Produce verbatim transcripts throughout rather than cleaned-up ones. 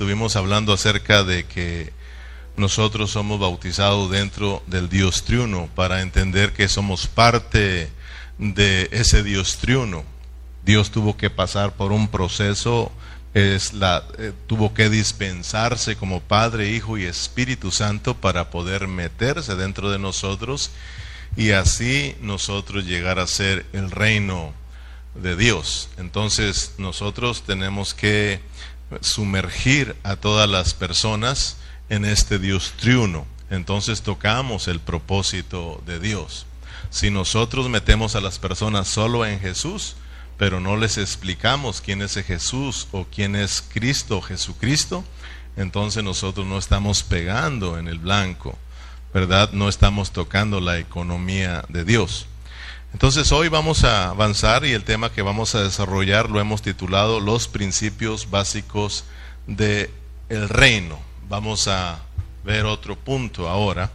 estuvimos hablando acerca de que nosotros somos bautizados dentro del Dios triuno para entender que somos parte de ese Dios triuno. Dios tuvo que pasar por un proceso, es la, eh, tuvo que dispensarse como Padre, Hijo y Espíritu Santo para poder meterse dentro de nosotros y así nosotros llegar a ser el reino de Dios. Entonces nosotros tenemos que sumergir a todas las personas en este Dios triuno. Entonces tocamos el propósito de Dios. Si nosotros metemos a las personas solo en Jesús, pero no les explicamos quién es Jesús o quién es Cristo, Jesucristo, entonces nosotros no estamos pegando en el blanco, ¿verdad? No estamos tocando la economía de Dios. Entonces hoy vamos a avanzar y el tema que vamos a desarrollar lo hemos titulado Los principios básicos del reino. Vamos a ver otro punto ahora.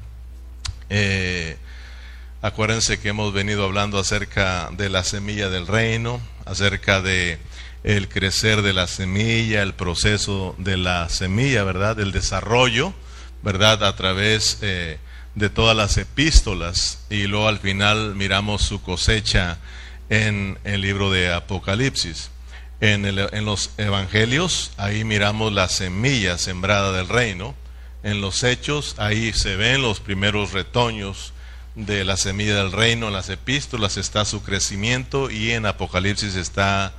Eh, acuérdense que hemos venido hablando acerca de la semilla del reino, acerca de el crecer de la semilla, el proceso de la semilla, ¿verdad? El desarrollo, ¿verdad? A través eh, de todas las epístolas, y luego al final miramos su cosecha en el libro de Apocalipsis. En, el, en los evangelios, ahí miramos la semilla sembrada del reino. En los hechos, ahí se ven los primeros retoños de la semilla del reino. En las epístolas está su crecimiento y en Apocalipsis está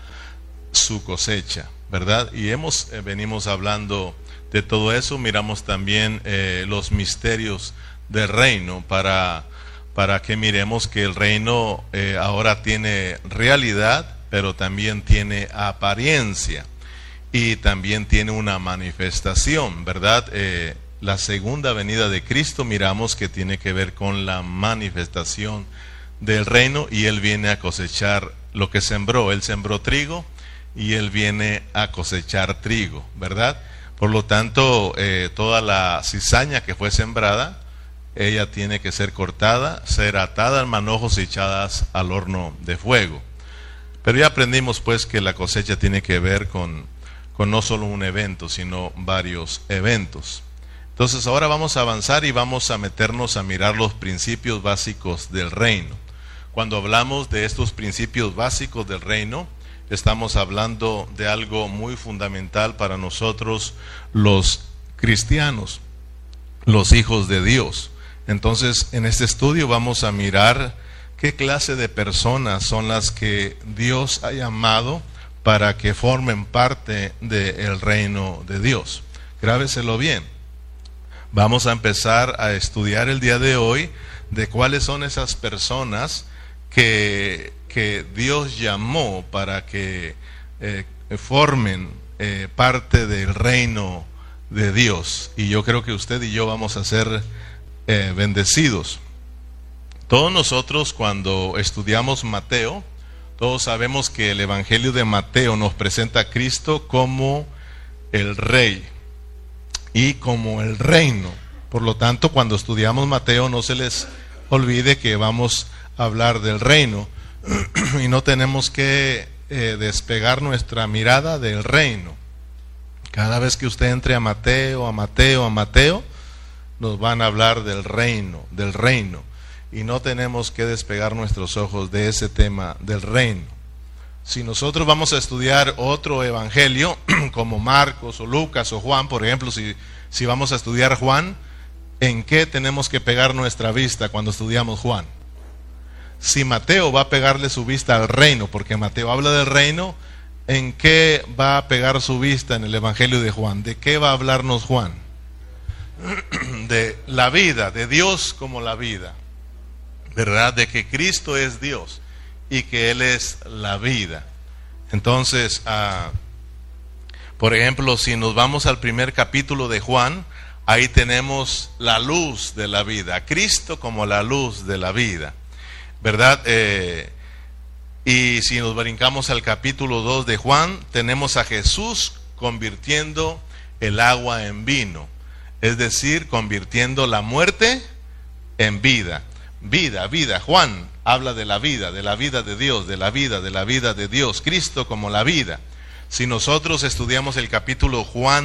su cosecha, ¿verdad? Y hemos eh, venimos hablando de todo eso. Miramos también eh, los misterios del reino para, para que miremos que el reino eh, ahora tiene realidad, pero también tiene apariencia y también tiene una manifestación, ¿verdad? Eh, la segunda venida de Cristo miramos que tiene que ver con la manifestación del reino, y Él viene a cosechar lo que sembró. Él sembró trigo y Él viene a cosechar trigo, ¿verdad? Por lo tanto, eh, toda la cizaña que fue sembrada, ella tiene que ser cortada, ser atada en manojos y echadas al horno de fuego. Pero ya aprendimos pues que la cosecha tiene que ver con, con no solo un evento, sino varios eventos. Entonces ahora vamos a avanzar y vamos a meternos a mirar los principios básicos del reino. Cuando hablamos de estos principios básicos del reino, estamos hablando de algo muy fundamental para nosotros los cristianos, los hijos de Dios. Entonces en este estudio vamos a mirar ¿qué clase de personas son las que Dios ha llamado para que formen parte del reino de Dios? Grábeselo bien. Vamos a empezar a estudiar el día de hoy de cuáles son esas personas que, que Dios llamó para que eh, formen eh, parte del reino de Dios. Y yo creo que usted y yo vamos a ser eh, bendecidos. Todos nosotros cuando estudiamos Mateo, todos sabemos que el Evangelio de Mateo nos presenta a Cristo como el Rey y como el reino. Por lo tanto, cuando estudiamos Mateo, no se les olvide que vamos a hablar del reino y no tenemos que eh, despegar nuestra mirada del reino. Cada vez que usted entre a Mateo, a Mateo, a Mateo, nos van a hablar del reino, del reino. Y no tenemos que despegar nuestros ojos de ese tema del reino. Si nosotros vamos a estudiar otro evangelio, como Marcos o Lucas o Juan, por ejemplo, si, si vamos a estudiar Juan, ¿en qué tenemos que pegar nuestra vista cuando estudiamos Juan? Si Mateo va a pegarle su vista al reino, porque Mateo habla del reino, ¿en qué va a pegar su vista en el evangelio de Juan? ¿De qué va a hablarnos Juan? De la vida, de Dios como la vida, ¿verdad? De que Cristo es Dios y que Él es la vida. Entonces, uh, por ejemplo, si nos vamos al primer capítulo de Juan, ahí tenemos la luz de la vida, Cristo como la luz de la vida, ¿verdad? Eh, y si nos brincamos al capítulo dos de Juan, tenemos a Jesús convirtiendo el agua en vino, es decir, convirtiendo la muerte en vida. Vida, vida. Juan habla de la vida, de la vida de Dios, de la vida, de la vida de Dios. Cristo como la vida. Si nosotros estudiamos el capítulo Juan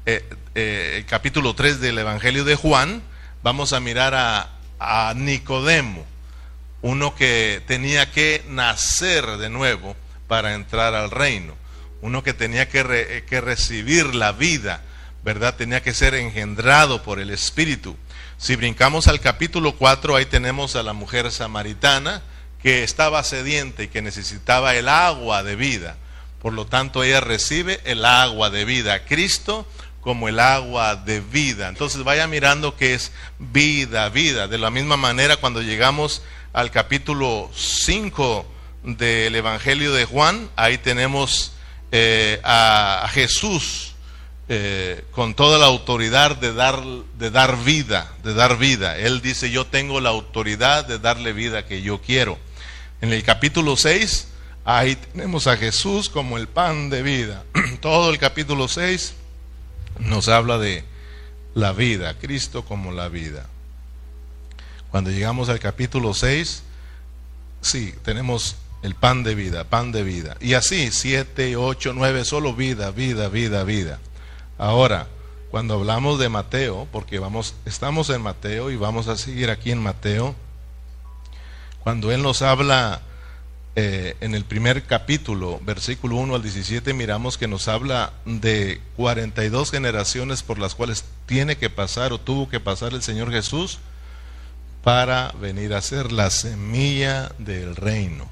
eh, eh, el capítulo tres del Evangelio de Juan, vamos a mirar a, a Nicodemo, uno que tenía que nacer de nuevo para entrar al reino, uno que tenía que, re, que recibir la vida, ¿verdad? Tenía que ser engendrado por el Espíritu. Si brincamos al capítulo cuatro, ahí tenemos a la mujer samaritana que estaba sedienta y que necesitaba el agua de vida. Por lo tanto, ella recibe el agua de vida, Cristo como el agua de vida. Entonces vaya mirando que es vida, vida. De la misma manera, cuando llegamos al capítulo cinco del Evangelio de Juan, ahí tenemos eh, a, a Jesús eh, con toda la autoridad de dar, de dar vida, de dar vida. Él dice, yo tengo la autoridad de darle vida que yo quiero. En el capítulo seis, ahí tenemos a Jesús como el pan de vida. Todo el capítulo seis nos habla de la vida, Cristo como la vida. Cuando llegamos al capítulo seis, sí, tenemos el pan de vida, pan de vida. Y así, siete, ocho, nueve, solo vida, vida, vida, vida. Ahora, cuando hablamos de Mateo, porque vamos, estamos en Mateo y vamos a seguir aquí en Mateo, cuando él nos habla eh, en el primer capítulo, versículo uno al diecisiete, miramos que nos habla de cuarenta y dos generaciones por las cuales tiene que pasar o tuvo que pasar el Señor Jesús para venir a ser la semilla del reino.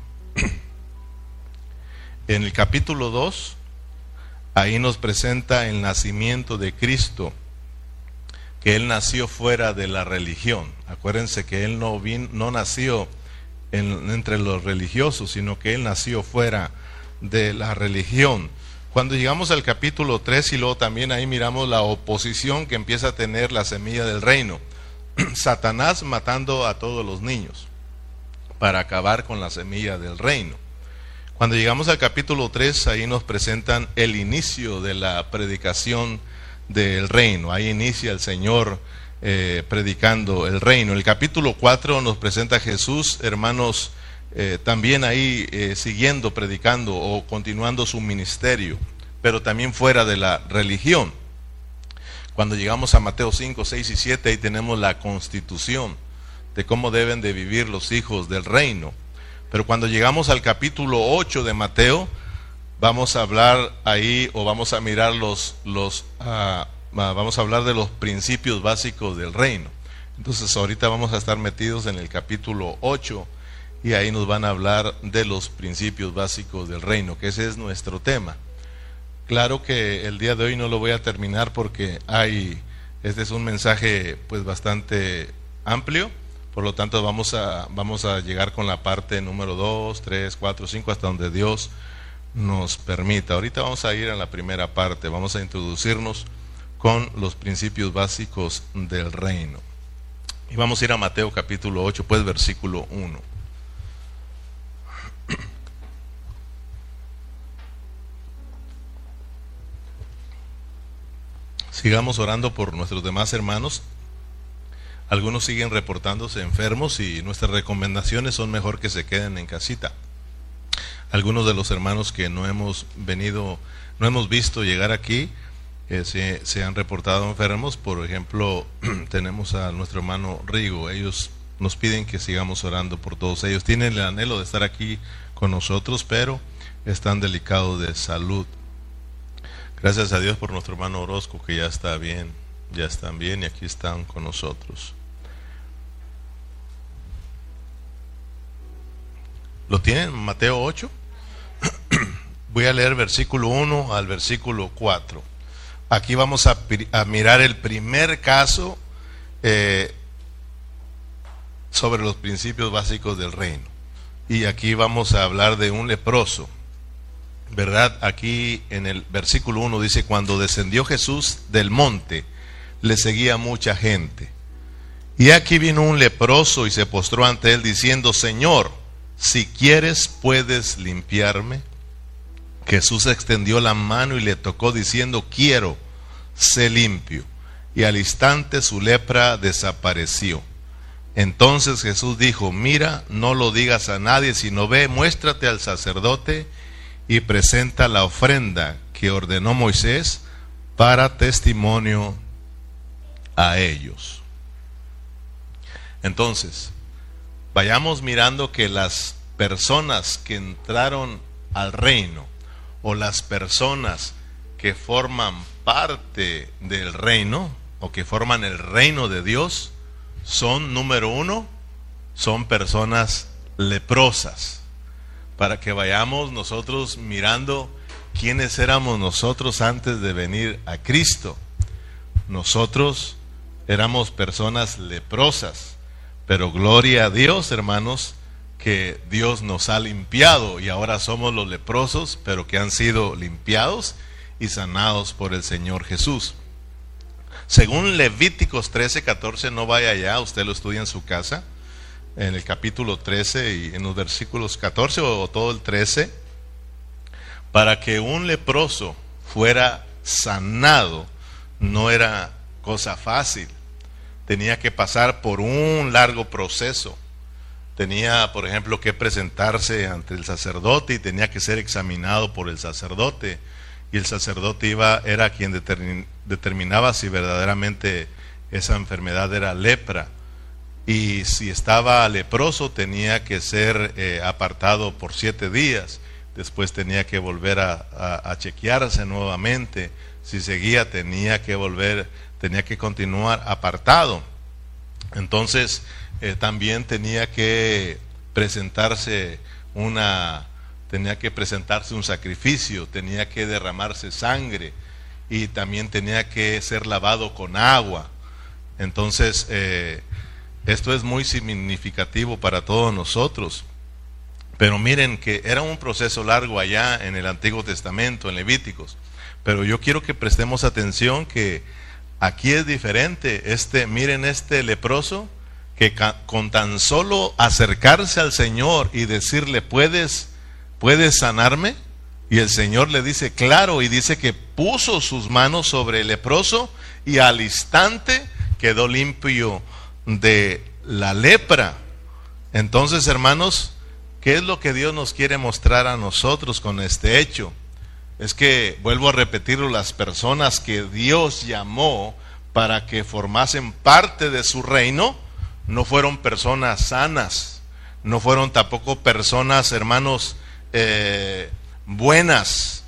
En el capítulo dos, ahí nos presenta el nacimiento de Cristo, que Él nació fuera de la religión. Acuérdense que Él no, vin, no nació en, entre los religiosos, sino que Él nació fuera de la religión. Cuando llegamos al capítulo tres, y luego también ahí miramos la oposición que empieza a tener la semilla del reino. Satanás matando a todos los niños para acabar con la semilla del reino. Cuando llegamos al capítulo tres, ahí nos presentan el inicio de la predicación del reino. Ahí inicia el Señor eh, predicando el reino. El capítulo cuatro nos presenta a Jesús, hermanos, eh, también ahí eh, siguiendo predicando o continuando su ministerio, pero también fuera de la religión. Cuando llegamos a Mateo cinco, seis y siete, ahí tenemos la constitución de cómo deben de vivir los hijos del reino. Pero cuando llegamos al capítulo ocho de Mateo, vamos a hablar ahí, o vamos a mirar los, los uh, vamos a hablar de los principios básicos del reino. Entonces ahorita vamos a estar metidos en el capítulo ocho, y ahí nos van a hablar de los principios básicos del reino, que ese es nuestro tema. Claro que el día de hoy no lo voy a terminar porque hay, este es un mensaje pues bastante amplio. Por lo tanto vamos a, vamos a llegar con la parte número dos, tres, cuatro, cinco, hasta donde Dios nos permita. Ahorita vamos a ir a la primera parte, vamos a introducirnos con los principios básicos del reino. Y vamos a ir a Mateo capítulo ocho, pues versículo uno. Sigamos orando por nuestros demás hermanos. Algunos siguen reportándose enfermos y nuestras recomendaciones son mejor que se queden en casita. Algunos de los hermanos que no hemos venido, no hemos visto llegar aquí, eh, se, se han reportado enfermos. Por ejemplo, tenemos a nuestro hermano Rigo. Ellos nos piden que sigamos orando por todos ellos. Tienen el anhelo de estar aquí con nosotros, pero están delicados de salud. Gracias a Dios por nuestro hermano Orozco, que ya está bien, ya están bien y aquí están con nosotros. ¿Lo tienen? Mateo ocho. Voy a leer versículo uno al versículo cuatro. Aquí vamos a, a mirar el primer caso eh, sobre los principios básicos del reino. Y aquí vamos a hablar de un leproso, ¿verdad? Aquí en el versículo uno dice: cuando descendió Jesús del monte, le seguía mucha gente. Y aquí vino un leproso y se postró ante él diciendo: Señor, si quieres puedes limpiarme. Jesús extendió la mano y le tocó diciendo: quiero, sé limpio. Y al instante su lepra desapareció. Entonces Jesús dijo: mira, no lo digas a nadie, sino ve, muéstrate al sacerdote y presenta la ofrenda que ordenó Moisés para testimonio a ellos. Entonces, vayamos mirando que las personas que entraron al reino, o las personas que forman parte del reino, o que forman el reino de Dios, son, número uno, son personas leprosas. Para que vayamos nosotros mirando quiénes éramos nosotros antes de venir a Cristo. Nosotros éramos personas leprosas, pero gloria a Dios, hermanos, que Dios nos ha limpiado y ahora somos los leprosos, pero que han sido limpiados y sanados por el Señor Jesús. Según Levíticos trece, catorce, no vaya allá, usted lo estudia en su casa, en el capítulo trece y en los versículos catorce o todo el trece, para que un leproso fuera sanado no era cosa fácil, tenía que pasar por un largo proceso. Tenía, por ejemplo, que presentarse ante el sacerdote y tenía que ser examinado por el sacerdote. Y el sacerdote iba, era quien determin, determinaba si verdaderamente esa enfermedad era lepra. Y si estaba leproso tenía que ser eh, apartado por siete días. Después tenía que volver a, a, a chequearse nuevamente. Si seguía tenía que volver, tenía que continuar apartado. Entonces, Eh, también tenía que presentarse una, tenía que presentarse un sacrificio, tenía que derramarse sangre y también tenía que ser lavado con agua. Entonces, eh, esto es muy significativo para todos nosotros. Pero miren que era un proceso largo allá en el Antiguo Testamento, en Levíticos. Pero yo quiero que prestemos atención que aquí es diferente. Este, miren este leproso, que con tan solo acercarse al Señor y decirle, ¿puedes, puedes sanarme? Y el Señor le dice, claro, y dice que puso sus manos sobre el leproso y al instante quedó limpio de la lepra. Entonces, hermanos, ¿qué es lo que Dios nos quiere mostrar a nosotros con este hecho? Es que, vuelvo a repetirlo, las personas que Dios llamó para que formasen parte de su reino, no fueron personas sanas, no fueron tampoco personas, hermanos, eh, buenas,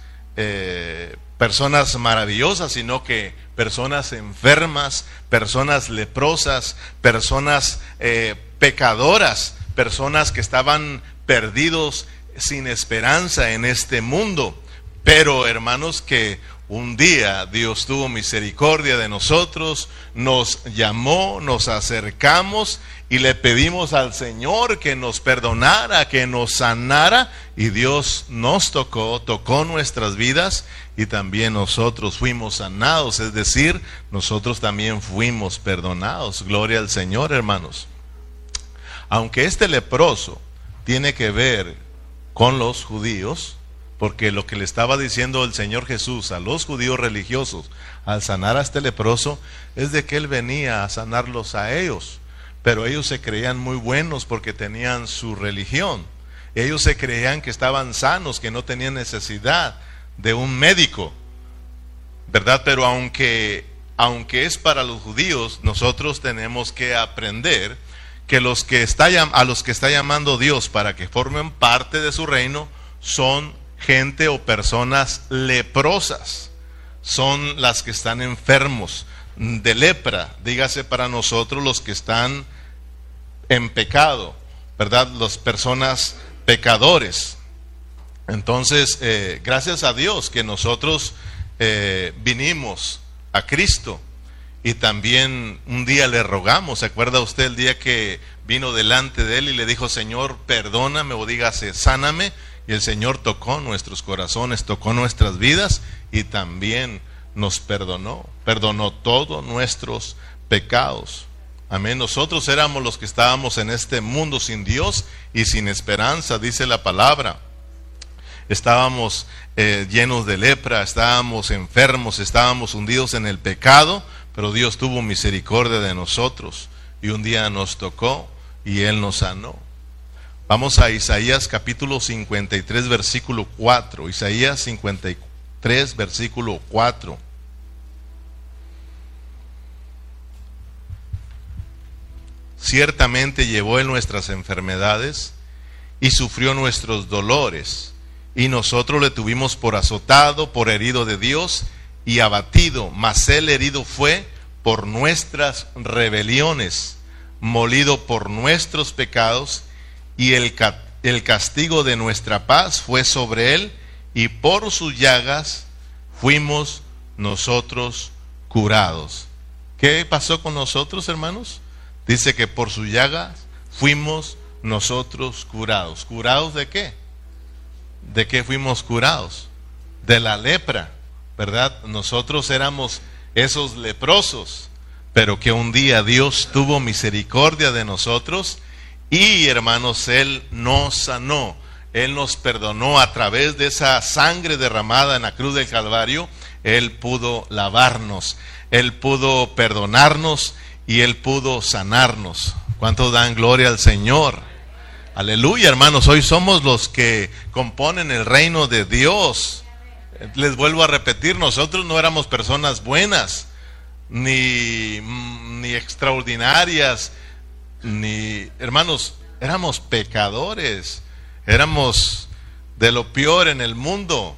eh, personas maravillosas, sino que personas enfermas, personas leprosas, personas eh, pecadoras, personas que estaban perdidos sin esperanza en este mundo. Pero, hermanos, que un día Dios tuvo misericordia de nosotros, nos llamó, nos acercamos y le pedimos al Señor que nos perdonara, que nos sanara, y Dios nos tocó, tocó nuestras vidas y también nosotros fuimos sanados, es decir, nosotros también fuimos perdonados. Gloria al Señor, hermanos. Aunque este leproso tiene que ver con los judíos, porque lo que le estaba diciendo el Señor Jesús a los judíos religiosos al sanar a este leproso es de que Él venía a sanarlos a ellos, pero ellos se creían muy buenos porque tenían su religión. Ellos se creían que estaban sanos, que no tenían necesidad de un médico, ¿verdad? Pero aunque, aunque es para los judíos, nosotros tenemos que aprender que los que está, a los que está llamando Dios para que formen parte de su reino son gente o personas leprosas, son las que están enfermos de lepra, dígase para nosotros los que están en pecado, ¿verdad? Las personas pecadores. Entonces, eh, gracias a Dios que nosotros eh, vinimos a Cristo y también un día le rogamos. ¿Se acuerda usted el día que vino delante de Él y le dijo, Señor, perdóname, o dígase, sáname? Y el Señor tocó nuestros corazones, tocó nuestras vidas y también nos perdonó, perdonó todos nuestros pecados. Amén. Nosotros éramos los que estábamos en este mundo sin Dios y sin esperanza, dice la palabra. Estábamos eh, llenos de lepra, estábamos enfermos, estábamos hundidos en el pecado, pero Dios tuvo misericordia de nosotros y un día nos tocó y Él nos sanó. Vamos a Isaías capítulo cincuenta y tres versículo cuatro. Isaías cincuenta y tres versículo cuatro. ciertamente llevó él nuestras enfermedades y sufrió nuestros dolores, y nosotros le tuvimos por azotado, por herido de Dios y abatido, mas él herido fue por nuestras rebeliones, molido por nuestros pecados, y el, el castigo de nuestra paz fue sobre él, y por sus llagas fuimos nosotros curados. ¿Qué pasó con nosotros, hermanos? Dice que por sus llagas fuimos nosotros curados. ¿Curados de qué? ¿De qué fuimos curados? De la lepra, ¿verdad? Nosotros éramos esos leprosos, pero que un día Dios tuvo misericordia de nosotros y, hermanos, Él nos sanó. Él nos perdonó a través de esa sangre derramada en la cruz del Calvario. Él pudo lavarnos, Él pudo perdonarnos y Él pudo sanarnos. ¿Cuántos dan gloria al Señor? Aleluya, hermanos. Hoy somos los que componen el reino de Dios. Les vuelvo a repetir, nosotros no éramos personas buenas, ni, ni extraordinarias, ni, hermanos, éramos pecadores. Éramos de lo peor en el mundo.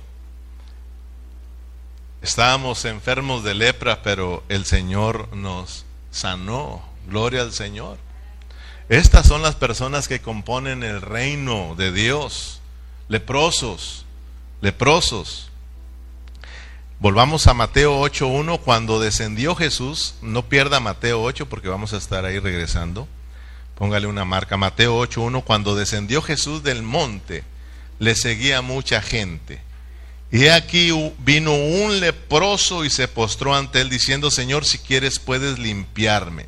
Estábamos enfermos de lepra, pero el Señor nos sanó. Gloria al Señor. Estas son las personas que componen el reino de Dios. Leprosos, leprosos. Volvamos a Mateo ocho uno. Cuando descendió Jesús, no pierda Mateo ocho porque vamos a estar ahí regresando. Póngale una marca, Mateo ocho uno. Cuando descendió Jesús del monte, le seguía mucha gente. Y aquí vino un leproso y se postró ante él diciendo: Señor, si quieres puedes limpiarme.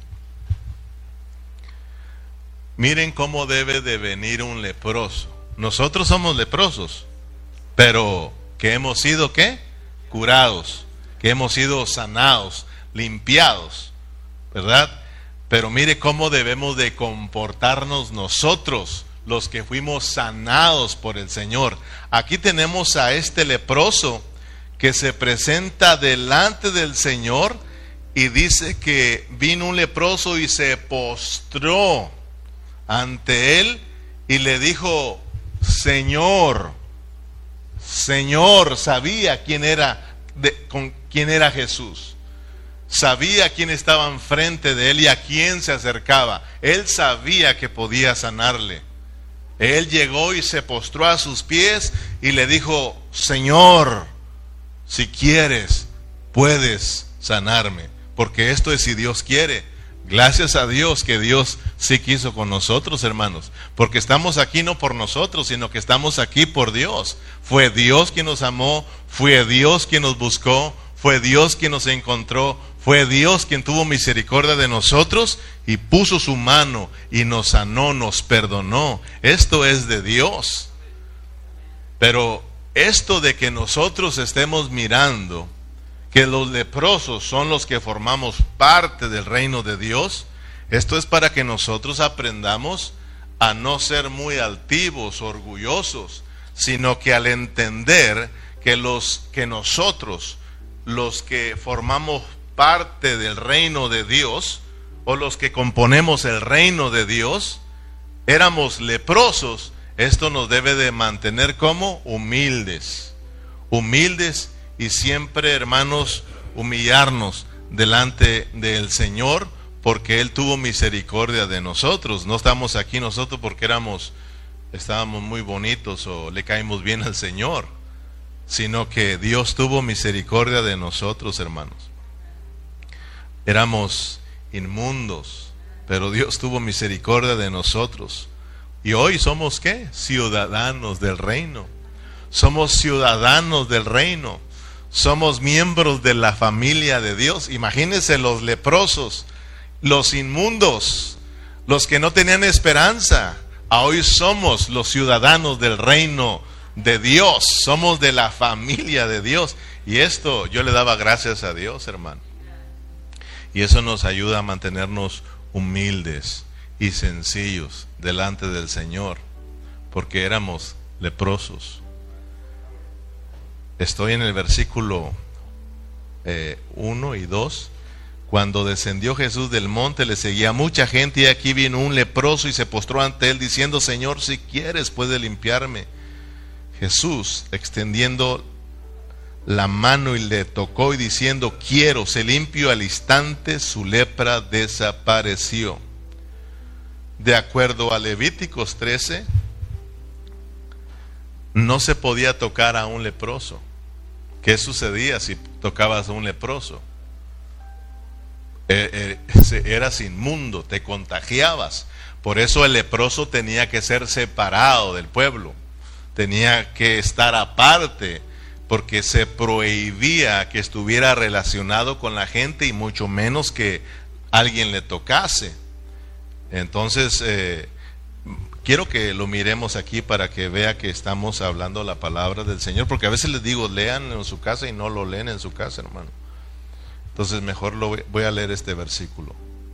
Miren cómo debe de venir un leproso. Nosotros somos leprosos, pero que hemos sido ¿qué? Curados, que hemos sido sanados, limpiados, ¿verdad? Pero mire cómo debemos de comportarnos nosotros, los que fuimos sanados por el Señor. Aquí tenemos a este leproso que se presenta delante del Señor y dice que vino un leproso y se postró ante él y le dijo: Señor, Señor. Sabía quién era, de, con quién era Jesús. Sabía quién estaba enfrente de él y a quién se acercaba. Él sabía que podía sanarle. Él llegó y se postró a sus pies y le dijo: Señor, si quieres, puedes sanarme. Porque esto es si Dios quiere. Gracias a Dios que Dios sí quiso con nosotros, hermanos. Porque estamos aquí no por nosotros, sino que estamos aquí por Dios. Fue Dios quien nos amó, fue Dios quien nos buscó, fue Dios quien nos encontró, fue Dios quien tuvo misericordia de nosotros y puso su mano y nos sanó, nos perdonó. Esto es de Dios. Pero esto de que nosotros estemos mirando que los leprosos son los que formamos parte del reino de Dios, esto es para que nosotros aprendamos a no ser muy altivos, orgullosos, sino que al entender que los que nosotros, los que formamos parte del reino de Dios, o los que componemos el reino de Dios, éramos leprosos, esto nos debe de mantener como humildes, humildes y siempre, hermanos, humillarnos delante del Señor, porque Él tuvo misericordia de nosotros. No estamos aquí nosotros porque éramos, estábamos muy bonitos o le caímos bien al Señor, sino que Dios tuvo misericordia de nosotros, hermanos. Éramos inmundos, pero Dios tuvo misericordia de nosotros. Y hoy somos ¿qué? Ciudadanos del reino. Somos ciudadanos del reino. Somos miembros de la familia de Dios. Imagínense los leprosos, los inmundos, los que no tenían esperanza. Hoy somos los ciudadanos del reino de Dios. Somos de la familia de Dios. Y esto yo le daba gracias a Dios, hermano. Y eso nos ayuda a mantenernos humildes y sencillos delante del Señor, porque éramos leprosos. Estoy en el versículo eh, uno y dos. Cuando descendió Jesús del monte, le seguía mucha gente, y aquí vino un leproso y se postró ante él diciendo: Señor, si quieres, puedes limpiarme. Jesús, extendiendo la mano, y le tocó y diciendo: quiero, se limpio. Al instante su lepra desapareció. De acuerdo a Levíticos trece, no se podía tocar a un leproso. ¿Qué sucedía si tocabas a un leproso? Eh, eh, eras inmundo, te contagiabas. Por eso el leproso tenía que ser separado del pueblo, tenía que estar aparte, porque se prohibía que estuviera relacionado con la gente, y mucho menos que alguien le tocase. Entonces, eh, quiero que lo miremos aquí para que vea que estamos hablando la palabra del Señor, porque a veces les digo, lean en su casa, y no lo leen en su casa, hermano. Entonces mejor lo voy, voy a leer este versículo.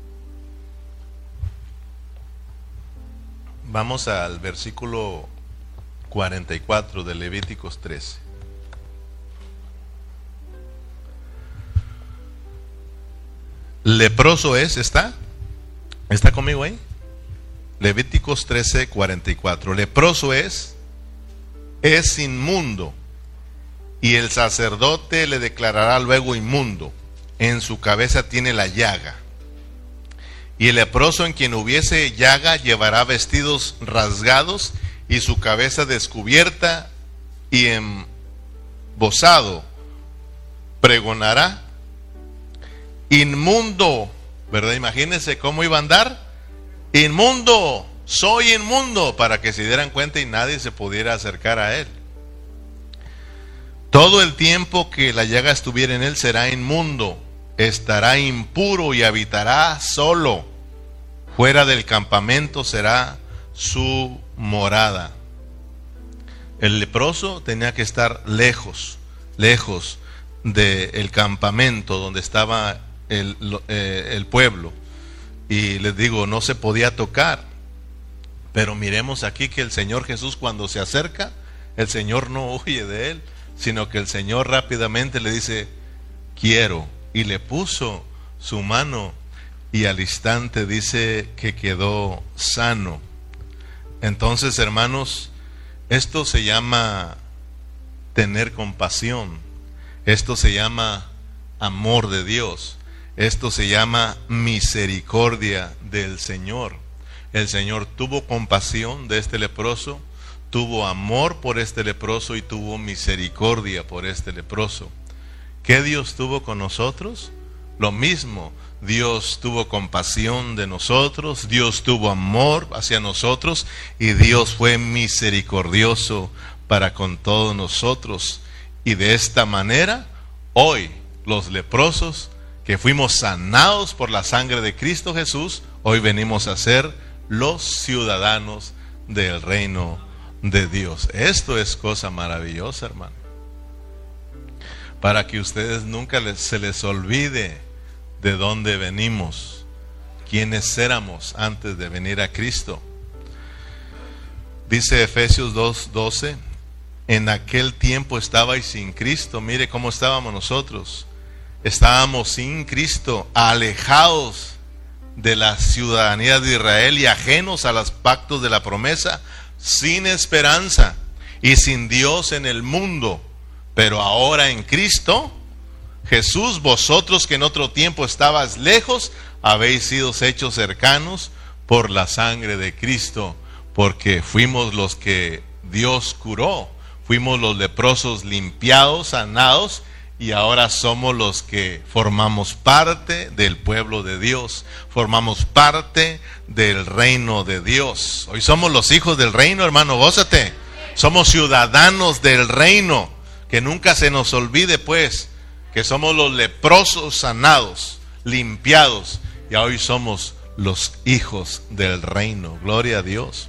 Vamos al versículo cuarenta y cuatro de Levíticos trece. Leproso es, ¿está? ¿Está conmigo ahí? Levíticos trece, cuarenta y cuatro. Leproso es, es inmundo, y el sacerdote le declarará luego inmundo. En su cabeza tiene la llaga. Y el leproso en quien hubiese llaga llevará vestidos rasgados y su cabeza descubierta, y embozado pregonará: inmundo, ¿verdad? Imagínense cómo iba a andar. Inmundo, soy inmundo, para que se dieran cuenta y nadie se pudiera acercar a él. Todo el tiempo que la llaga estuviera en él será inmundo, estará impuro y habitará solo. Fuera del campamento será su morada. El leproso tenía que estar lejos, lejos del campamento donde estaba el, eh, el pueblo. Y les digo, no se podía tocar. Pero miremos aquí que el Señor Jesús, cuando se acerca, el Señor no huye de él, sino que el Señor rápidamente le dice: quiero. Y le puso su mano, y al instante dice que quedó sano. Entonces, hermanos, esto se llama tener compasión. Esto se llama amor de Dios. Esto se llama misericordia del Señor. El Señor tuvo compasión de este leproso, tuvo amor por este leproso y tuvo misericordia por este leproso. ¿Qué Dios tuvo con nosotros? Lo mismo. Dios tuvo compasión de nosotros, Dios tuvo amor hacia nosotros, y Dios fue misericordioso para con todos nosotros. Y de esta manera, hoy los leprosos que fuimos sanados por la sangre de Cristo Jesús, hoy venimos a ser los ciudadanos del reino de Dios. Esto es cosa maravillosa, hermano. Para que ustedes nunca les, se les olvide de dónde venimos, quiénes éramos antes de venir a Cristo. Dice Efesios dos doce: en aquel tiempo estabais sin Cristo. Mire cómo estábamos nosotros. Estábamos sin Cristo, alejados de la ciudadanía de Israel y ajenos a los pactos de la promesa, sin esperanza y sin Dios en el mundo. Pero ahora en Cristo Jesús, vosotros que en otro tiempo estabais lejos, habéis sido hechos cercanos por la sangre de Cristo, porque fuimos los que Dios curó, fuimos los leprosos limpiados, sanados, y ahora somos los que formamos parte del pueblo de Dios, formamos parte del reino de Dios. Hoy somos los hijos del reino, hermano, gózate. Somos ciudadanos del reino. Que nunca se nos olvide, pues, que somos los leprosos sanados, limpiados, y hoy somos los hijos del reino. Gloria a Dios.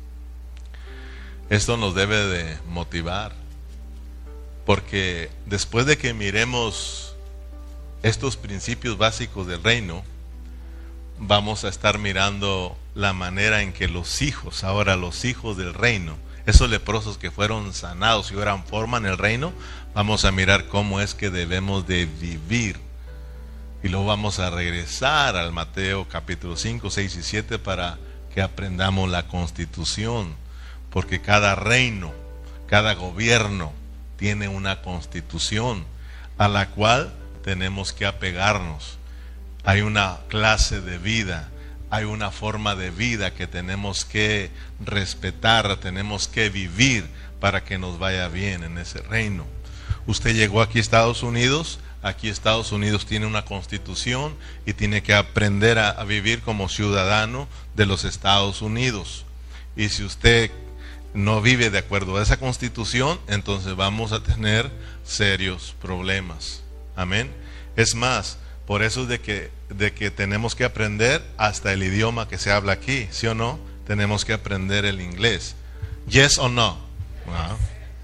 Esto nos debe de motivar, porque después de que miremos estos principios básicos del reino, vamos a estar mirando la manera en que los hijos, ahora los hijos del reino, esos leprosos que fueron sanados y ahora forman el reino, vamos a mirar cómo es que debemos de vivir Y luego vamos a regresar al Mateo capítulo cinco, seis y siete para que aprendamos la constitución. Porque cada reino, cada gobierno tiene una constitución a la cual tenemos que apegarnos. Hay una clase de vida, hay una forma de vida que tenemos que respetar, tenemos que vivir para que nos vaya bien en ese reino. Usted llegó aquí a Estados Unidos, aquí Estados Unidos tiene una constitución y tiene que aprender a, a vivir como ciudadano de los Estados Unidos. Y si usted no vive de acuerdo a esa constitución, entonces vamos a tener serios problemas. Amén. Es más, por eso es de que, de que tenemos que aprender hasta el idioma que se habla aquí, ¿sí o no? Tenemos que aprender el inglés. ¿Yes o no? Wow.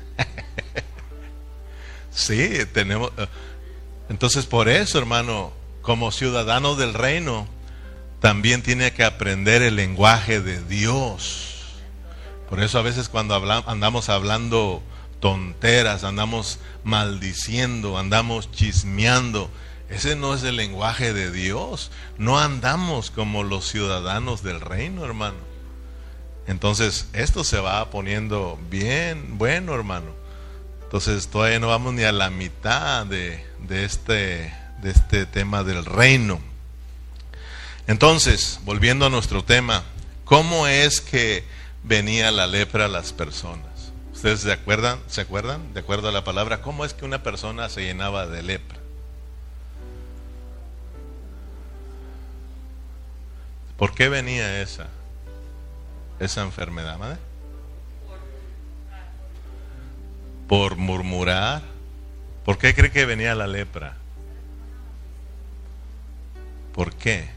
Sí, tenemos. Entonces, por eso, hermano, como ciudadano del reino, también tiene que aprender el lenguaje de Dios. Por eso a veces cuando hablamos, andamos hablando tonteras, andamos maldiciendo, andamos chismeando, ese no es el lenguaje de Dios. No andamos como los ciudadanos del reino, hermano. Entonces esto se va poniendo bien bueno, hermano. Entonces todavía no vamos ni a la mitad de, de, este, de este tema del reino. Entonces, volviendo a nuestro tema, ¿cómo es que venía la lepra a las personas? ¿Ustedes se acuerdan? ¿Se acuerdan? De acuerdo a la palabra, ¿cómo es que una persona se llenaba de lepra? ¿Por qué venía esa, esa enfermedad, madre? Por murmurar. ¿Por qué cree que venía la lepra? ¿Por qué?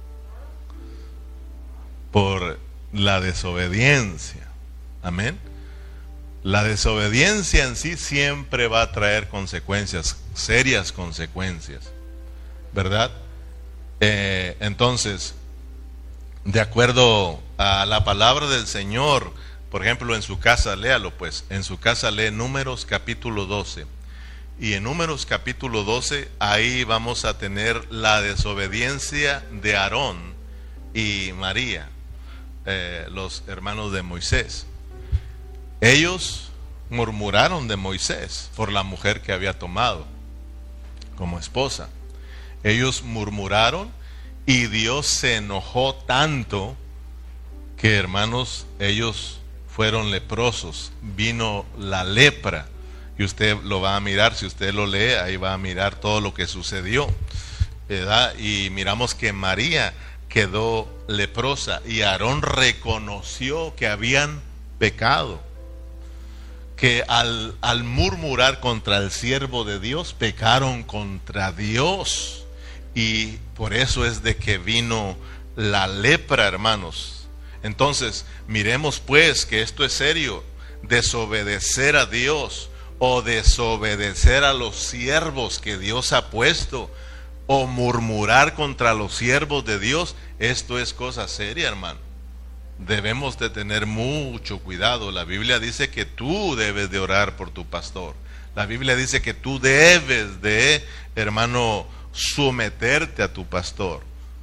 Por la desobediencia. Amén. La desobediencia en sí siempre va a traer consecuencias, serias consecuencias, ¿verdad? Eh, entonces, de acuerdo a la palabra del Señor, por ejemplo, en su casa, léalo pues, en su casa lee Números capítulo doce. Y en Números capítulo doce, ahí vamos a tener la desobediencia de Aarón y María, eh, los hermanos de Moisés. Ellos murmuraron de Moisés por la mujer que había tomado como esposa. Ellos murmuraron y Dios se enojó tanto que, hermanos, ellos fueron leprosos. Vino la lepra. Y usted lo va a mirar, si usted lo lee, ahí va a mirar todo lo que sucedió, ¿verdad? Y miramos que María quedó leprosa y Aarón reconoció que habían pecado. Que al, al murmurar contra el siervo de Dios, pecaron contra Dios. Y por eso es de que vino la lepra, hermanos. Entonces, miremos pues que esto es serio. Desobedecer a Dios o desobedecer a los siervos que Dios ha puesto, o murmurar contra los siervos de Dios, esto es cosa seria, hermano. Debemos de tener mucho cuidado. La Biblia dice que tú debes de orar por tu pastor. La Biblia dice que tú debes de, hermano, someterte a tu pastor.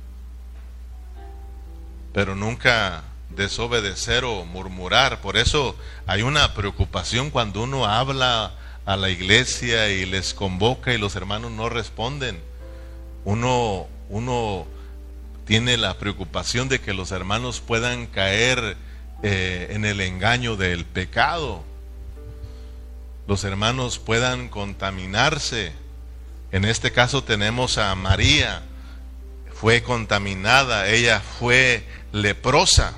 Pero nunca desobedecer o murmurar. Por eso hay una preocupación cuando uno habla a la iglesia y les convoca y los hermanos no responden. Uno, uno tiene la preocupación de que los hermanos puedan caer eh, en el engaño del pecado. Los hermanos puedan contaminarse. En este caso tenemos a María. Fue contaminada, ella fue leprosa.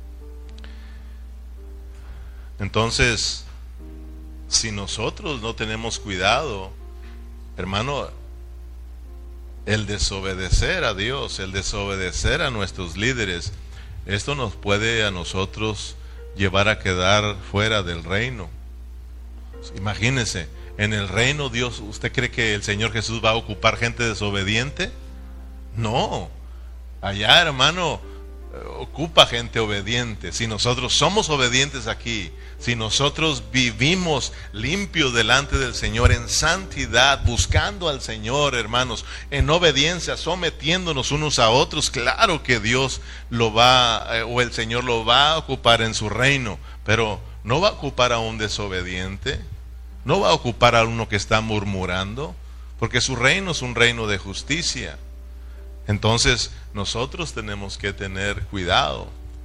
Entonces, si nosotros no tenemos cuidado, hermano, el desobedecer a Dios, el desobedecer a nuestros líderes, esto nos puede a nosotros llevar a quedar fuera del reino. Imagínense, en el reino Dios, ¿usted cree que el Señor Jesús va a ocupar gente desobediente? No, allá, hermano, ocupa gente obediente. Si nosotros somos obedientes aquí, si nosotros vivimos limpios delante del Señor, en santidad, buscando al Señor, hermanos, en obediencia, sometiéndonos unos a otros, claro que Dios lo va, eh, o el Señor lo va a ocupar en su reino, pero no va a ocupar a un desobediente, no va a ocupar a uno que está murmurando, porque su reino es un reino de justicia. Entonces nosotros tenemos que tener cuidado.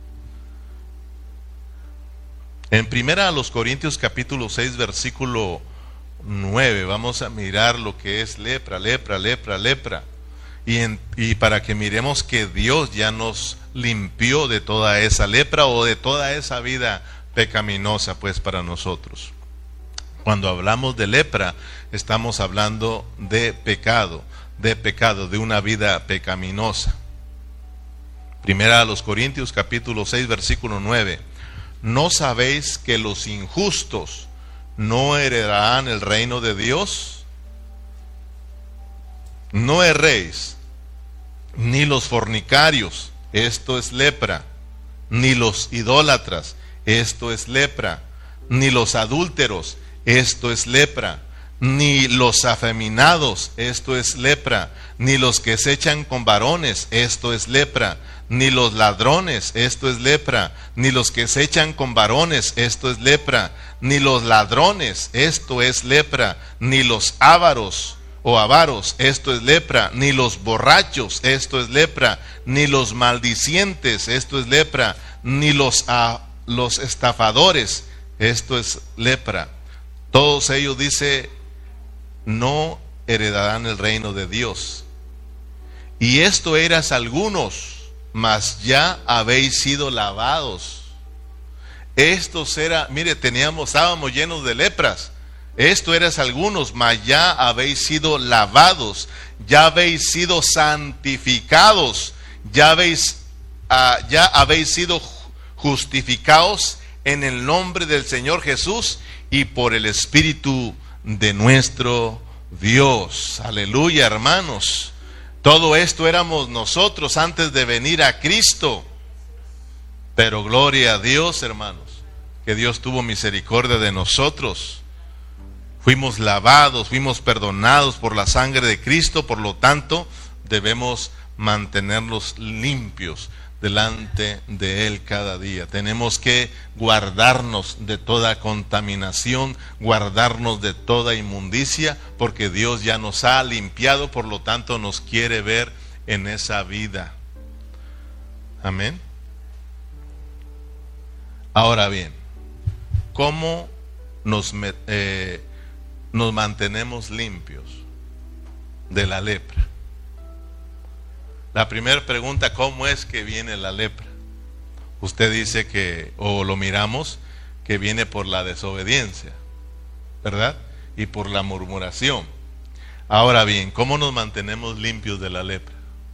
En primera a los Corintios capítulo seis versículo nueve vamos a mirar lo que es lepra, lepra, lepra, lepra. Y, en, y para que miremos que Dios ya nos limpió de toda esa lepra o de toda esa vida pecaminosa pues para nosotros. Cuando hablamos de lepra estamos hablando de pecado. de pecado, de una vida pecaminosa. Primera a los Corintios capítulo seis versículo nueve. ¿No sabéis que los injustos no heredarán el reino de Dios? No erréis, ni los fornicarios, esto es lepra, ni los idólatras, esto es lepra, ni los adúlteros, esto es lepra, ni los afeminados, esto es lepra, ni los que se echan con varones, esto es lepra, ni los ladrones, esto es lepra, ni los que se echan con varones, esto es lepra, ni los ladrones, esto es lepra, ni los ávaros o avaros, esto es lepra, ni los borrachos, esto es lepra, ni los maldicientes, esto es lepra, ni los, a, los estafadores, esto es lepra. Todos ellos, dice, no heredarán el reino de Dios. Y esto eras algunos, mas ya habéis sido lavados. Estos era, mire, teníamos, estábamos llenos de lepras. Esto eras algunos, mas ya habéis sido lavados, ya habéis sido santificados, ya habéis, uh, ya habéis sido justificados en el nombre del Señor Jesús y por el Espíritu de nuestro Dios. Aleluya, hermanos. Todo esto éramos nosotros antes de venir a Cristo. Pero gloria a Dios, hermanos, que Dios tuvo misericordia de nosotros. Fuimos lavados, fuimos perdonados por la sangre de Cristo, por lo tanto, debemos mantenernos limpios delante de Él cada día. Tenemos que guardarnos de toda contaminación, guardarnos de toda inmundicia, porque Dios ya nos ha limpiado, por lo tanto nos quiere ver en esa vida. Amén. Ahora bien, ¿cómo nos, eh, nos mantenemos limpios de la lepra? La primera pregunta, ¿cómo es que viene la lepra? Usted dice que, o lo miramos, que viene por la desobediencia, ¿verdad? Y por la murmuración. Ahora bien, ¿cómo nos mantenemos limpios de la lepra?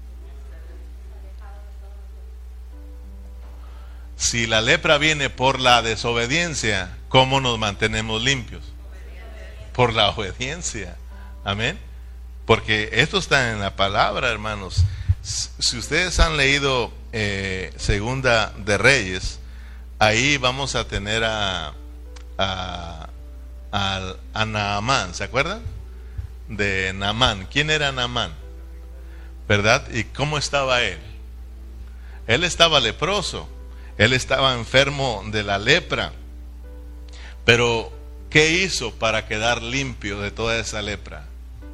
Si la lepra viene por la desobediencia, ¿cómo nos mantenemos limpios? Por la obediencia. Amén. Porque esto está en la palabra, hermanos. Si ustedes han leído eh, Segunda de Reyes, ahí vamos a tener a, a, a, a Naamán, ¿se acuerdan? De Naamán. ¿Quién era Naamán? ¿Verdad? ¿Y cómo estaba él? Él estaba leproso, él estaba enfermo de la lepra, pero ¿qué hizo para quedar limpio de toda esa lepra?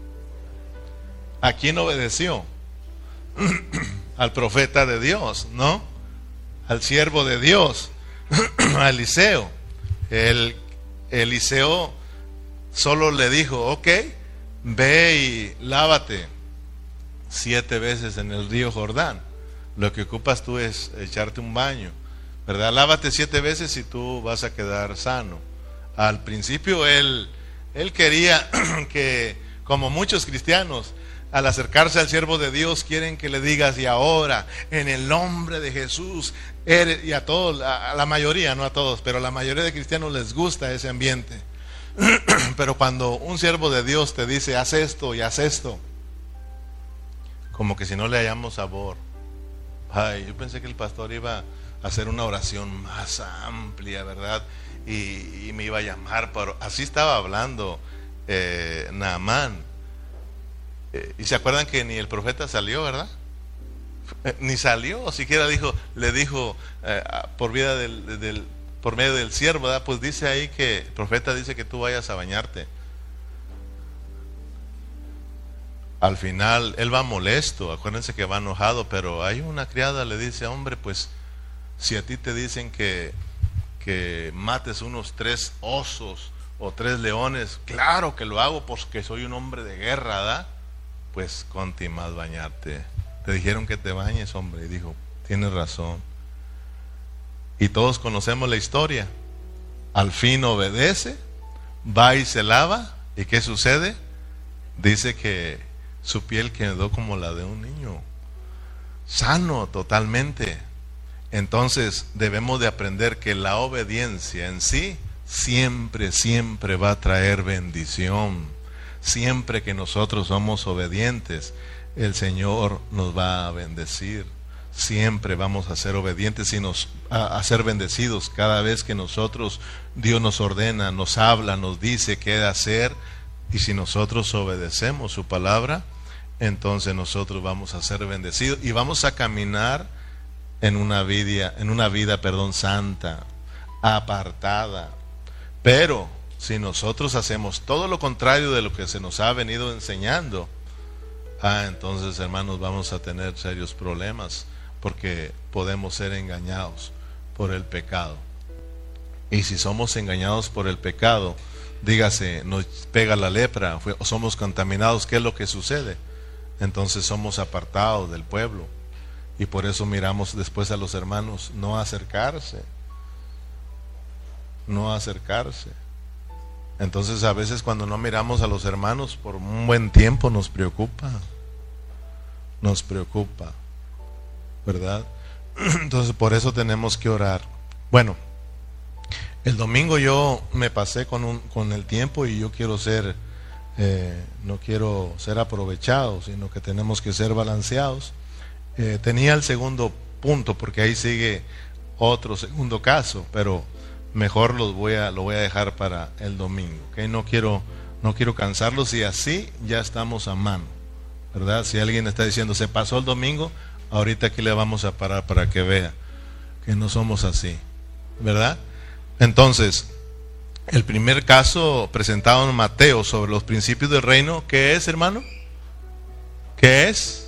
¿A quién obedeció? Al profeta de Dios, ¿no? Al siervo de Dios, a Eliseo. El, Eliseo solo le dijo, ok, ve y lávate siete veces en el río Jordán. Lo que ocupas tú es echarte un baño, ¿verdad? Lávate siete veces y tú vas a quedar sano. Al principio él, él quería que, como muchos cristianos, al acercarse al siervo de Dios, quieren que le digas, y ahora, en el nombre de Jesús, eres, y a todos, a la mayoría, no a todos, pero a la mayoría de cristianos les gusta ese ambiente. Pero cuando un siervo de Dios te dice, haz esto y haz esto, como que si no le hallamos sabor. Ay, yo pensé que el pastor iba a hacer una oración más amplia, ¿verdad? Y, y me iba a llamar, pero así estaba hablando eh, Naamán. Eh, y se acuerdan que ni el profeta salió, ¿verdad? Eh, ni salió, siquiera dijo, le dijo eh, por vida del, del, por medio del siervo, ¿verdad? Pues dice ahí que el profeta dice que tú vayas a bañarte. Al final él va molesto, acuérdense que va enojado, pero hay una criada le dice, hombre, pues si a ti te dicen que, que mates unos tres osos o tres leones, claro que lo hago porque soy un hombre de guerra, ¿da? Pues conti más bañarte. Te dijeron que te bañes, hombre, y dijo, tienes razón. Y todos conocemos la historia. Al fin obedece, va y se lava, ¿y qué sucede? Dice que su piel quedó como la de un niño, sano totalmente. Entonces debemos de aprender que la obediencia en sí siempre, siempre va a traer bendición. Siempre que nosotros somos obedientes, el Señor nos va a bendecir. Siempre vamos a ser obedientes y nos, a, a ser bendecidos cada vez que nosotros, Dios nos ordena, nos habla, nos dice qué hacer. Y si nosotros obedecemos su palabra, entonces nosotros vamos a ser bendecidos y vamos a caminar en una vida, en una vida, perdón, santa, apartada. Pero si nosotros hacemos todo lo contrario de lo que se nos ha venido enseñando, ah, entonces, hermanos, vamos a tener serios problemas, porque podemos ser engañados por el pecado. Y si somos engañados por el pecado, dígase, nos pega la lepra, o somos contaminados, ¿qué es lo que sucede? Entonces somos apartados del pueblo. Y por eso miramos después a los hermanos no acercarse, no acercarse. Entonces a veces cuando no miramos a los hermanos por un buen tiempo nos preocupa, nos preocupa, ¿verdad? Entonces por eso tenemos que orar. Bueno, el domingo yo me pasé con, un, con el tiempo y yo quiero ser, eh, no quiero ser aprovechado, sino que tenemos que ser balanceados. Eh, tenía el segundo punto porque ahí sigue otro segundo caso, pero mejor los voy a, lo voy a dejar para el domingo, ¿okay? No quiero, no quiero cansarlos y así ya estamos a mano, ¿verdad? Si alguien está diciendo, se pasó el domingo, ahorita aquí le vamos a parar para que vea que no somos así, ¿verdad? Entonces, el primer caso presentado en Mateo sobre los principios del reino, ¿qué es, hermano? ¿Qué es?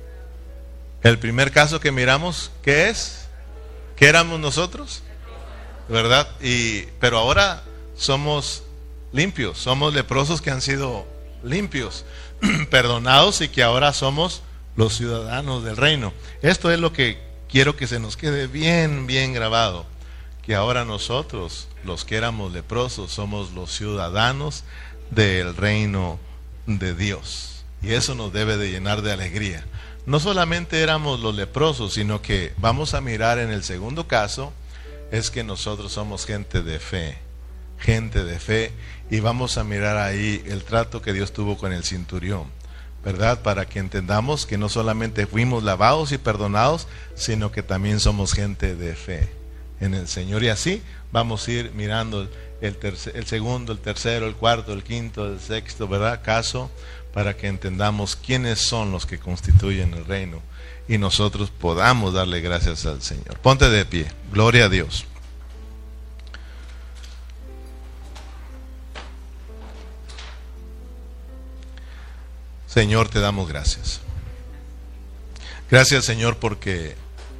El primer caso que miramos, ¿qué es? ¿Qué éramos nosotros? ¿Verdad? Y, pero ahora somos limpios, somos leprosos que han sido limpios, perdonados y que ahora somos los ciudadanos del reino. Esto es lo que quiero que se nos quede bien, bien grabado, que ahora nosotros, los que éramos leprosos, somos los ciudadanos del reino de Dios. Y eso nos debe de llenar de alegría. No solamente éramos los leprosos, sino que vamos a mirar en el segundo caso, es que nosotros somos gente de fe, gente de fe, y vamos a mirar ahí el trato que Dios tuvo con el centurión, ¿verdad? Para que entendamos que no solamente fuimos lavados y perdonados, sino que también somos gente de fe en el Señor. Y así vamos a ir mirando el, tercer, el segundo, el tercero, el cuarto, el quinto, el sexto, ¿verdad? Caso, para que entendamos quiénes son los que constituyen el reino y nosotros podamos darle gracias al Señor. Ponte de pie, gloria a Dios. Señor, te damos gracias. Gracias, Señor, porque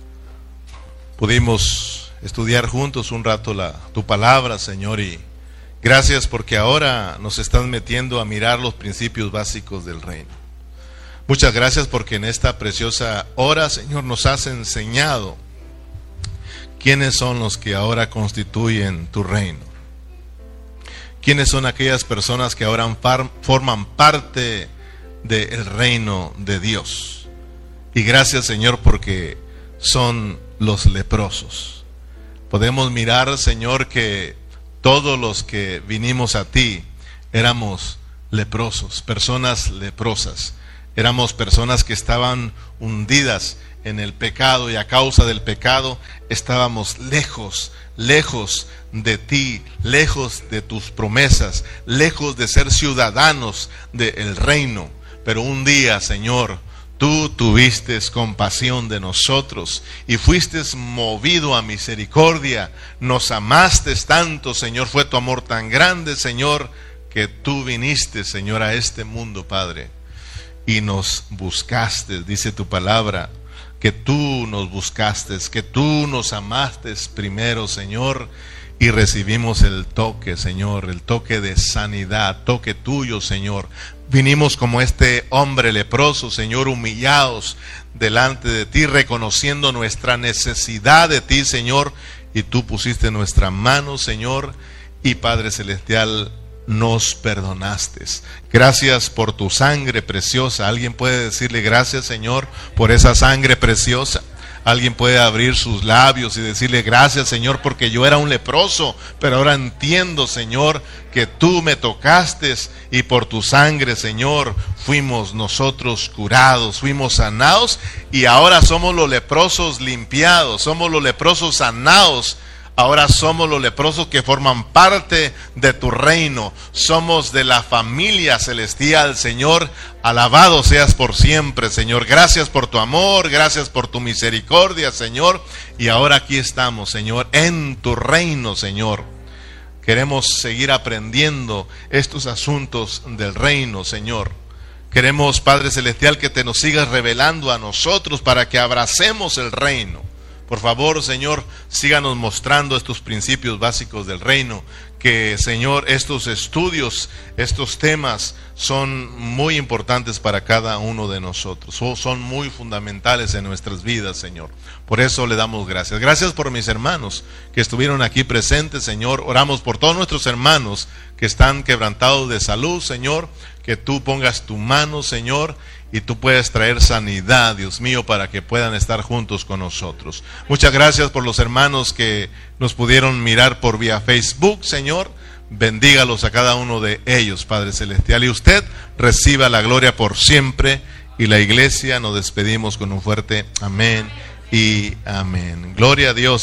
pudimos estudiar juntos un rato la, tu palabra, Señor, y gracias porque ahora nos estás metiendo a mirar los principios básicos del reino. Muchas gracias porque en esta preciosa hora, Señor, nos has enseñado quiénes son los que ahora constituyen tu reino. Quiénes son aquellas personas que ahora forman parte del reino de Dios. Y gracias, Señor, porque son los leprosos. Podemos mirar, Señor, que todos los que vinimos a ti éramos leprosos, personas leprosas. Éramos personas que estaban hundidas en el pecado y a causa del pecado estábamos lejos, lejos de ti, lejos de tus promesas, lejos de ser ciudadanos del reino. Pero un día, Señor, tú tuviste compasión de nosotros y fuiste movido a misericordia. Nos amaste tanto, Señor, fue tu amor tan grande, Señor, que tú viniste, Señor, a este mundo, Padre, y nos buscaste. Dice tu palabra que tú nos buscaste, que tú nos amaste primero, Señor, y recibimos el toque, Señor, el toque de sanidad, toque tuyo, Señor. Vinimos como este hombre leproso, Señor, humillados delante de ti, reconociendo nuestra necesidad de ti, Señor, y tú pusiste nuestra mano, Señor, y Padre Celestial, nos perdonaste. Gracias por tu sangre preciosa. Alguien puede decirle gracias, Señor, por esa sangre preciosa. Alguien puede abrir sus labios y decirle gracias, Señor, porque yo era un leproso, pero ahora entiendo, Señor, que tú me tocaste y por tu sangre, Señor, fuimos nosotros curados, fuimos sanados y ahora somos los leprosos limpiados, somos los leprosos sanados. Ahora somos los leprosos que forman parte de tu reino. Somos de la familia celestial, Señor. Alabado seas por siempre, Señor. Gracias por tu amor, gracias por tu misericordia, Señor. Y ahora aquí estamos, Señor, en tu reino, Señor. Queremos seguir aprendiendo estos asuntos del reino, Señor. Queremos, Padre Celestial, que te nos sigas revelando a nosotros para que abracemos el reino. Por favor, Señor, síganos mostrando estos principios básicos del reino, que, Señor, estos estudios, estos temas son muy importantes para cada uno de nosotros, son muy fundamentales en nuestras vidas, Señor. Por eso le damos gracias. Gracias por mis hermanos que estuvieron aquí presentes, Señor. Oramos por todos nuestros hermanos que están quebrantados de salud, Señor, que tú pongas tu mano, Señor, y tú puedes traer sanidad, Dios mío, para que puedan estar juntos con nosotros. Muchas gracias por los hermanos que nos pudieron mirar por vía Facebook, Señor. Bendígalos a cada uno de ellos, Padre Celestial. Y usted reciba la gloria por siempre. Y la iglesia nos despedimos con un fuerte amén y amén. Gloria a Dios.